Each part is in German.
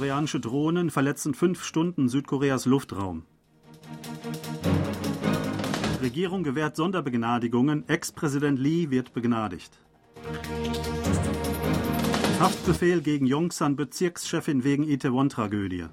nordkoreanische Drohnen verletzen 5 Stunden Südkoreas Luftraum. Regierung gewährt Sonderbegnadigungen, Ex-Präsident Lee wird begnadigt. Haftbefehl gegen Yongsan Bezirkschefin wegen Itaewon-Tragödie.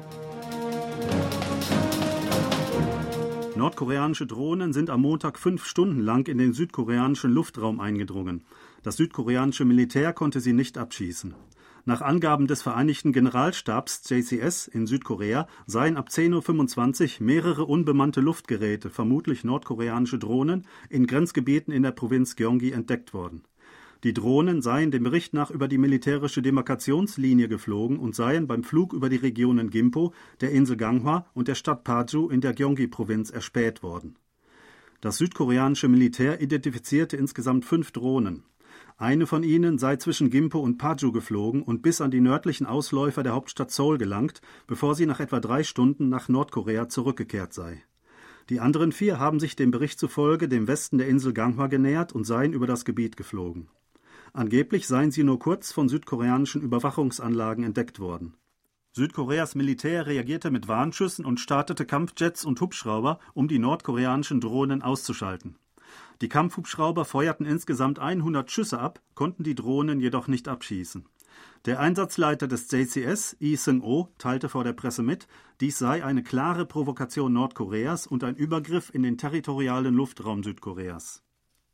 Nordkoreanische Drohnen sind am Montag 5 Stunden lang in den südkoreanischen Luftraum eingedrungen. Das südkoreanische Militär konnte sie nicht abschießen. Nach Angaben des Vereinigten Generalstabs JCS in Südkorea seien ab 10:25 Uhr mehrere unbemannte Luftgeräte, vermutlich nordkoreanische Drohnen, in Grenzgebieten in der Provinz Gyeonggi entdeckt worden. Die Drohnen seien dem Bericht nach über die militärische Demarkationslinie geflogen und seien beim Flug über die Regionen Gimpo, der Insel Ganghwa und der Stadt Paju in der Gyeonggi-Provinz erspäht worden. Das südkoreanische Militär identifizierte insgesamt 5 Drohnen. Eine von ihnen sei zwischen Gimpo und Paju geflogen und bis an die nördlichen Ausläufer der Hauptstadt Seoul gelangt, bevor sie nach etwa 3 Stunden nach Nordkorea zurückgekehrt sei. Die anderen 4 haben sich dem Bericht zufolge dem Westen der Insel Ganghwa genähert und seien über das Gebiet geflogen. Angeblich seien sie nur kurz von südkoreanischen Überwachungsanlagen entdeckt worden. Südkoreas Militär reagierte mit Warnschüssen und startete Kampfjets und Hubschrauber, um die nordkoreanischen Drohnen auszuschalten. Die Kampfhubschrauber feuerten insgesamt 100 Schüsse ab, konnten die Drohnen jedoch nicht abschießen. Der Einsatzleiter des JCS, Lee Seung-oh, teilte vor der Presse mit, dies sei eine klare Provokation Nordkoreas und ein Übergriff in den territorialen Luftraum Südkoreas.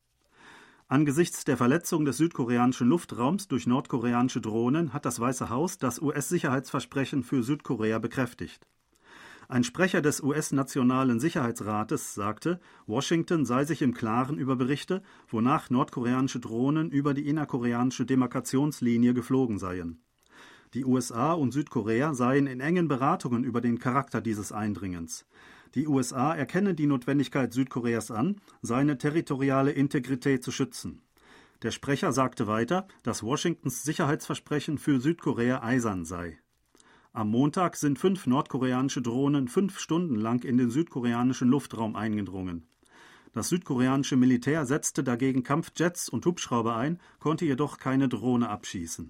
Angesichts der Verletzung des südkoreanischen Luftraums durch nordkoreanische Drohnen hat das Weiße Haus das US-Sicherheitsversprechen für Südkorea bekräftigt. Ein Sprecher des US-Nationalen Sicherheitsrates sagte, Washington sei sich im Klaren über Berichte, wonach nordkoreanische Drohnen über die innerkoreanische Demarkationslinie geflogen seien. Die USA und Südkorea seien in engen Beratungen über den Charakter dieses Eindringens. Die USA erkennen die Notwendigkeit Südkoreas an, seine territoriale Integrität zu schützen. Der Sprecher sagte weiter, dass Washingtons Sicherheitsversprechen für Südkorea eisern sei. Am Montag sind 5 nordkoreanische Drohnen 5 Stunden lang in den südkoreanischen Luftraum eingedrungen. Das südkoreanische Militär setzte dagegen Kampfjets und Hubschrauber ein, konnte jedoch keine Drohne abschießen.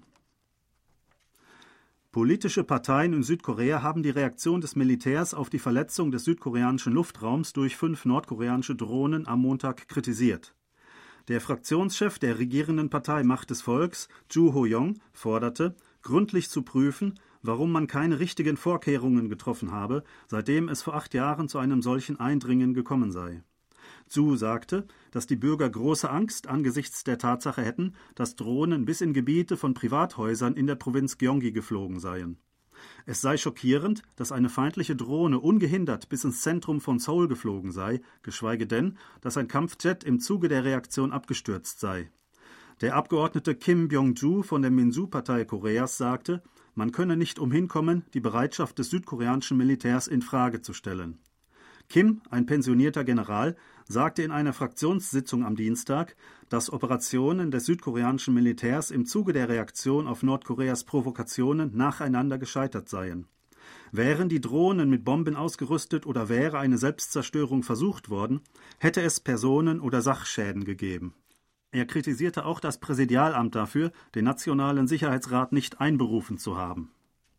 Politische Parteien in Südkorea haben die Reaktion des Militärs auf die Verletzung des südkoreanischen Luftraums durch 5 nordkoreanische Drohnen am Montag kritisiert. Der Fraktionschef der regierenden Partei Macht des Volks, Ju Ho-yong, forderte, gründlich zu prüfen, warum man keine richtigen Vorkehrungen getroffen habe, seitdem es vor 8 Jahren zu einem solchen Eindringen gekommen sei. Ju sagte, dass die Bürger große Angst angesichts der Tatsache hätten, dass Drohnen bis in Gebiete von Privathäusern in der Provinz Gyeonggi geflogen seien. Es sei schockierend, dass eine feindliche Drohne ungehindert bis ins Zentrum von Seoul geflogen sei, geschweige denn, dass ein Kampfjet im Zuge der Reaktion abgestürzt sei. Der Abgeordnete Kim Byong-ju von der Minsu-Partei Koreas sagte, man könne nicht umhinkommen, die Bereitschaft des südkoreanischen Militärs in Frage zu stellen. Kim, ein pensionierter General, sagte in einer Fraktionssitzung am Dienstag, dass Operationen des südkoreanischen Militärs im Zuge der Reaktion auf Nordkoreas Provokationen nacheinander gescheitert seien. Wären die Drohnen mit Bomben ausgerüstet oder wäre eine Selbstzerstörung versucht worden, hätte es Personen- oder Sachschäden gegeben. Er kritisierte auch das Präsidialamt dafür, den Nationalen Sicherheitsrat nicht einberufen zu haben.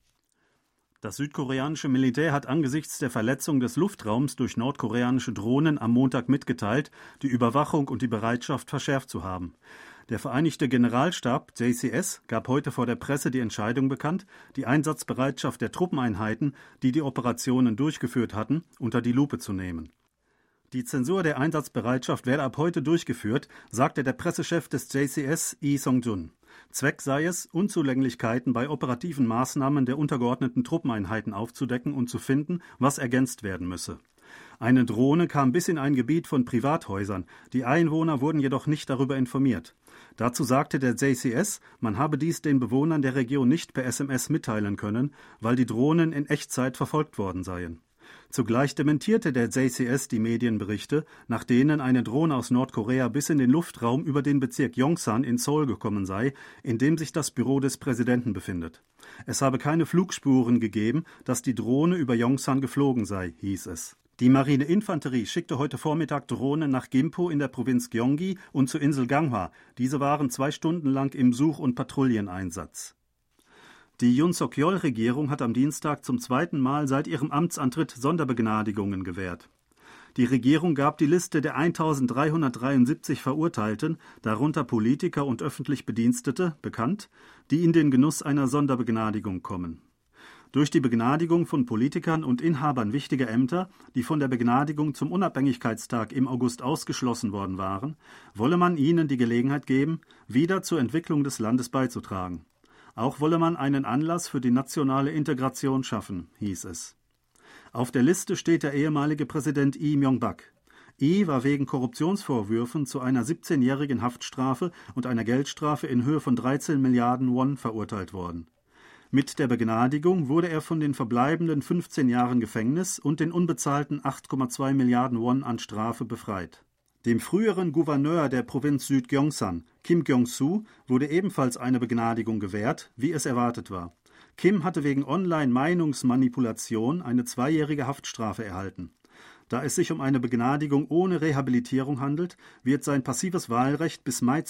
Das südkoreanische Militär hat angesichts der Verletzung des Luftraums durch nordkoreanische Drohnen am Montag mitgeteilt, die Überwachung und die Bereitschaft verschärft zu haben. Der Vereinigte Generalstab JCS gab heute vor der Presse die Entscheidung bekannt, die Einsatzbereitschaft der Truppeneinheiten, die die Operationen durchgeführt hatten, unter die Lupe zu nehmen. Die Zensur der Einsatzbereitschaft werde ab heute durchgeführt, sagte der Pressechef des JCS, Lee Sung-jun. Zweck sei es, Unzulänglichkeiten bei operativen Maßnahmen der untergeordneten Truppeneinheiten aufzudecken und zu finden, was ergänzt werden müsse. Eine Drohne kam bis in ein Gebiet von Privathäusern, die Einwohner wurden jedoch nicht darüber informiert. Dazu sagte der JCS, man habe dies den Bewohnern der Region nicht per SMS mitteilen können, weil die Drohnen in Echtzeit verfolgt worden seien. Zugleich dementierte der JCS die Medienberichte, nach denen eine Drohne aus Nordkorea bis in den Luftraum über den Bezirk Yongsan in Seoul gekommen sei, in dem sich das Büro des Präsidenten befindet. Es habe keine Flugspuren gegeben, dass die Drohne über Yongsan geflogen sei, hieß es. Die Marineinfanterie schickte heute Vormittag Drohnen nach Gimpo in der Provinz Gyeonggi und zur Insel Ganghwa. Diese waren 2 Stunden lang im Such- und Patrouilleneinsatz. Die Yoon Suk-yeol-Regierung hat am Dienstag zum zweiten Mal seit ihrem Amtsantritt Sonderbegnadigungen gewährt. Die Regierung gab die Liste der 1373 Verurteilten, darunter Politiker und öffentlich Bedienstete, bekannt, die in den Genuss einer Sonderbegnadigung kommen. Durch die Begnadigung von Politikern und Inhabern wichtiger Ämter, die von der Begnadigung zum Unabhängigkeitstag im August ausgeschlossen worden waren, wolle man ihnen die Gelegenheit geben, wieder zur Entwicklung des Landes beizutragen. Auch wolle man einen Anlass für die nationale Integration schaffen, hieß es. Auf der Liste steht der ehemalige Präsident Lee Myung-bak. Lee war wegen Korruptionsvorwürfen zu einer 17-jährigen Haftstrafe und einer Geldstrafe in Höhe von 13 Milliarden Won verurteilt worden. Mit der Begnadigung wurde er von den verbleibenden 15 Jahren Gefängnis und den unbezahlten 8,2 Milliarden Won an Strafe befreit. Dem früheren Gouverneur der Provinz Südgyeongsan, Kim Kyung-soo, wurde ebenfalls eine Begnadigung gewährt, wie es erwartet war. Kim hatte wegen Online-Meinungsmanipulation eine 2-jährige Haftstrafe erhalten. Da es sich um eine Begnadigung ohne Rehabilitierung handelt, wird sein passives Wahlrecht bis Mai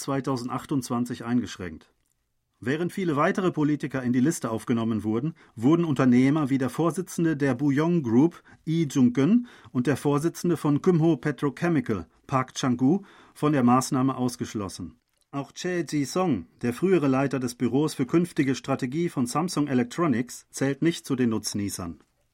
2028 eingeschränkt. Während viele weitere Politiker in die Liste aufgenommen wurden, wurden Unternehmer wie der Vorsitzende der Buyong Group, Lee Jung-geun, und der Vorsitzende von Kumho Petrochemical, Park Chang-gu, von der Maßnahme ausgeschlossen. Auch Chae Ji-song, der frühere Leiter des Büros für künftige Strategie von Samsung Electronics, zählt nicht zu den Nutznießern.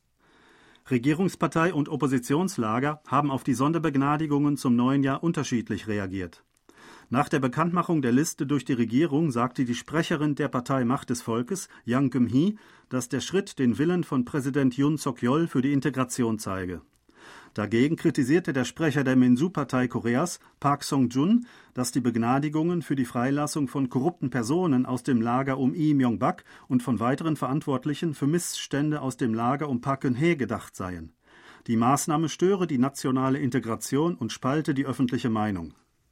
Regierungspartei und Oppositionslager haben auf die Sonderbegnadigungen zum neuen Jahr unterschiedlich reagiert. Nach der Bekanntmachung der Liste durch die Regierung sagte die Sprecherin der Partei Macht des Volkes, Yang Geum-hee, dass der Schritt den Willen von Präsident Yoon Suk-yeol für die Integration zeige. Dagegen kritisierte der Sprecher der Minsu-Partei Koreas, Park Song-jun, dass die Begnadigungen für die Freilassung von korrupten Personen aus dem Lager um Lee Myung-bak und von weiteren Verantwortlichen für Missstände aus dem Lager um Park Geun-hye gedacht seien. Die Maßnahme störe die nationale Integration und spalte die öffentliche Meinung.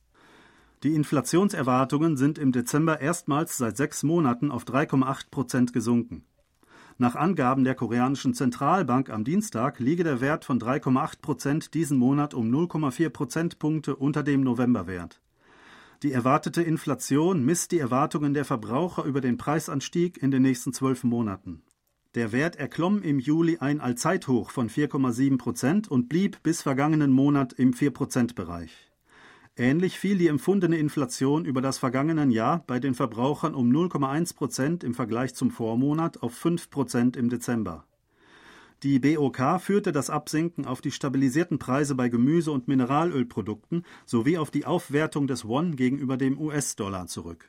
Die Inflationserwartungen sind im Dezember erstmals seit 6 Monaten auf 3,8% gesunken. Nach Angaben der koreanischen Zentralbank am Dienstag liege der Wert von 3,8% diesen Monat um 0,4 Prozentpunkte unter dem Novemberwert. Die erwartete Inflation misst die Erwartungen der Verbraucher über den Preisanstieg in den nächsten 12 Monaten. Der Wert erklomm im Juli ein Allzeithoch von 4,7% und blieb bis vergangenen Monat im 4%-Bereich. Ähnlich fiel die empfundene Inflation über das vergangene Jahr bei den Verbrauchern um 0,1% im Vergleich zum Vormonat auf 5% im Dezember. Die BOK führte das Absinken auf die stabilisierten Preise bei Gemüse- und Mineralölprodukten sowie auf die Aufwertung des Won gegenüber dem US-Dollar zurück.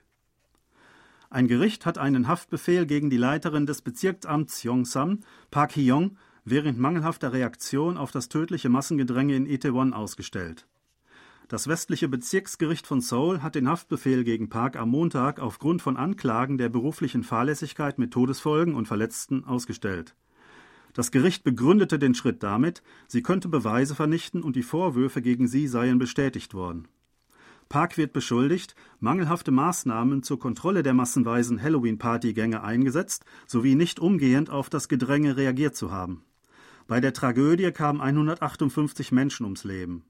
Ein Gericht hat einen Haftbefehl gegen die Leiterin des Bezirksamts Yongsan, Park Hee-young, während mangelhafter Reaktion auf das tödliche Massengedränge in Itaewon ausgestellt. Das westliche Bezirksgericht von Seoul hat den Haftbefehl gegen Park am Montag aufgrund von Anklagen der beruflichen Fahrlässigkeit mit Todesfolgen und Verletzten ausgestellt. Das Gericht begründete den Schritt damit, sie könnte Beweise vernichten und die Vorwürfe gegen sie seien bestätigt worden. Park wird beschuldigt, mangelhafte Maßnahmen zur Kontrolle der massenweisen Halloween-Partygänge eingesetzt sowie nicht umgehend auf das Gedränge reagiert zu haben. Bei der Tragödie kamen 158 Menschen ums Leben.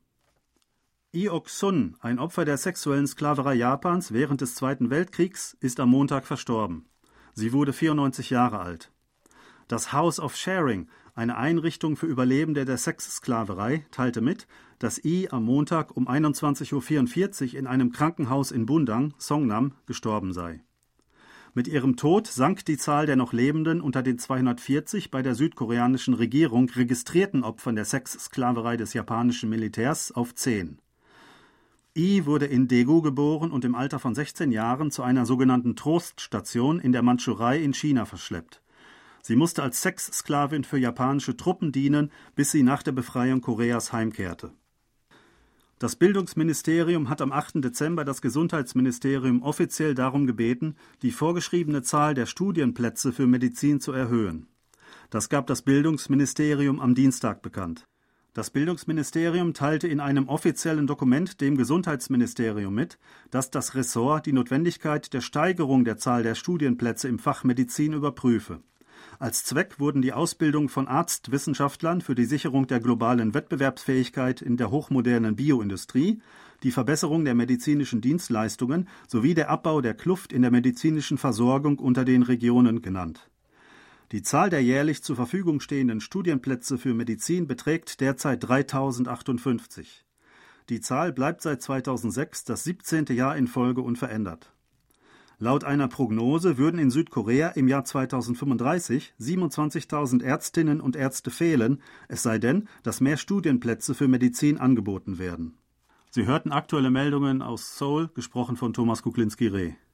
Lee Ok-sun, ein Opfer der sexuellen Sklaverei Japans während des Zweiten Weltkriegs, ist am Montag verstorben. Sie wurde 94 Jahre alt. Das House of Sharing, eine Einrichtung für Überlebende der Sexsklaverei, teilte mit, dass Lee am Montag um 21:44 Uhr in einem Krankenhaus in Bundang, Songnam, gestorben sei. Mit ihrem Tod sank die Zahl der noch Lebenden unter den 240 bei der südkoreanischen Regierung registrierten Opfern der Sexsklaverei des japanischen Militärs auf 10. Lee wurde in Daegu geboren und im Alter von 16 Jahren zu einer sogenannten Troststation in der Mandschurei in China verschleppt. Sie musste als Sexsklavin für japanische Truppen dienen, bis sie nach der Befreiung Koreas heimkehrte. Das Bildungsministerium hat am 8. Dezember das Gesundheitsministerium offiziell darum gebeten, die vorgeschriebene Zahl der Studienplätze für Medizin zu erhöhen. Das gab das Bildungsministerium am Dienstag bekannt. Das Bildungsministerium teilte in einem offiziellen Dokument dem Gesundheitsministerium mit, dass das Ressort die Notwendigkeit der Steigerung der Zahl der Studienplätze im Fach Medizin überprüfe. Als Zweck wurden die Ausbildung von Arztwissenschaftlern für die Sicherung der globalen Wettbewerbsfähigkeit in der hochmodernen Bioindustrie, die Verbesserung der medizinischen Dienstleistungen sowie der Abbau der Kluft in der medizinischen Versorgung unter den Regionen genannt. Die Zahl der jährlich zur Verfügung stehenden Studienplätze für Medizin beträgt derzeit 3.058. Die Zahl bleibt seit 2006 das 17. Jahr in Folge unverändert. Laut einer Prognose würden in Südkorea im Jahr 2035 27.000 Ärztinnen und Ärzte fehlen, es sei denn, dass mehr Studienplätze für Medizin angeboten werden. Sie hörten aktuelle Meldungen aus Seoul, gesprochen von Thomas Kuklinski-Reh.